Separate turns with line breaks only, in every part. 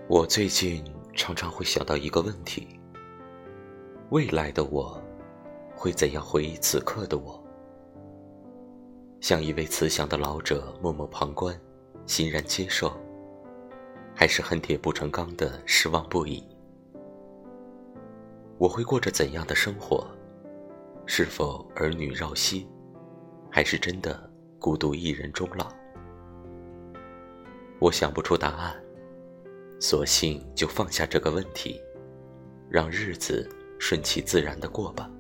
我最近常常会想到一个问题：未来的我会怎样回忆此刻的我？像一位慈祥的老者默默旁观，欣然接受，还是恨铁不成钢的失望不已？我会过着怎样的生活？是否儿女绕膝，还是真的孤独一人终老？我想不出答案，索性就放下这个问题，让日子顺其自然地过吧。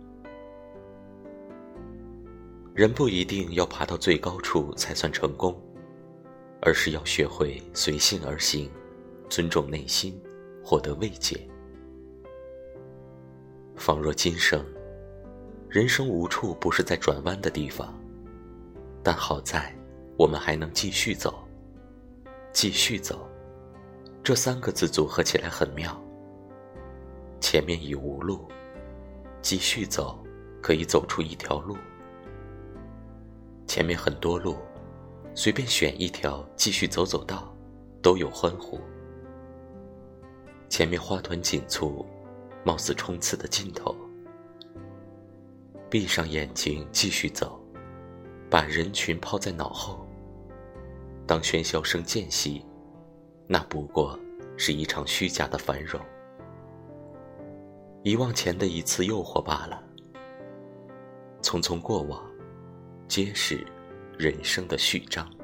人不一定要爬到最高处才算成功，而是要学会随性而行，尊重内心，获得慰藉。仿若今生，人生无处不是在转弯的地方，但好在我们还能继续走。继续走，这三个字组合起来很妙。前面已无路，继续走可以走出一条路。前面很多路，随便选一条继续走走到，都有欢呼。前面花团锦簇，貌似冲刺的尽头。闭上眼睛继续走，把人群抛在脑后。当喧嚣声渐息，那不过是一场虚假的繁荣，遗忘前的一次诱惑罢了。匆匆过往，皆是人生的序章。